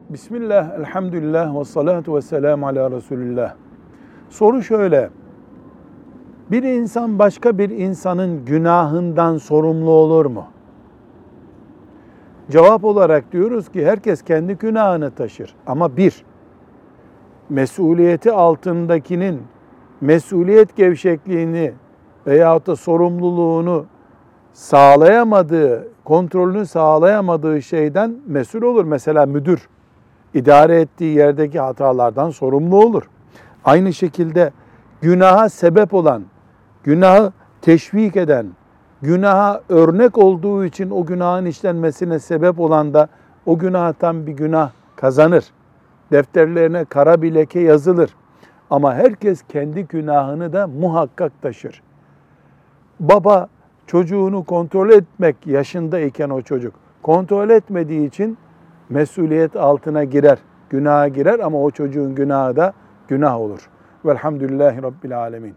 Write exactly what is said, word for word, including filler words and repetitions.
Bismillah, elhamdülillah ve salatu ve selamu ala Resulillah. Soru şöyle: bir insan başka bir insanın günahından sorumlu olur mu? Cevap olarak diyoruz ki herkes kendi günahını taşır. Ama bir, mesuliyeti altındakinin mesuliyet gevşekliğini veyahut da sorumluluğunu sağlayamadığı, kontrolünü sağlayamadığı şeyden mesul olur. Mesela müdür, idare ettiği yerdeki hatalardan sorumlu olur. Aynı şekilde günaha sebep olan, günahı teşvik eden, günaha örnek olduğu için o günahın işlenmesine sebep olan da o günahtan bir günah kazanır. Defterlerine kara bir leke yazılır. Ama herkes kendi günahını da muhakkak taşır. Baba çocuğunu kontrol etmek yaşındayken o çocuk kontrol etmediği için mesuliyet altına girer, günaha girer ama o çocuğun günahı da günah olur. Velhamdülillahi Rabbil Alemin.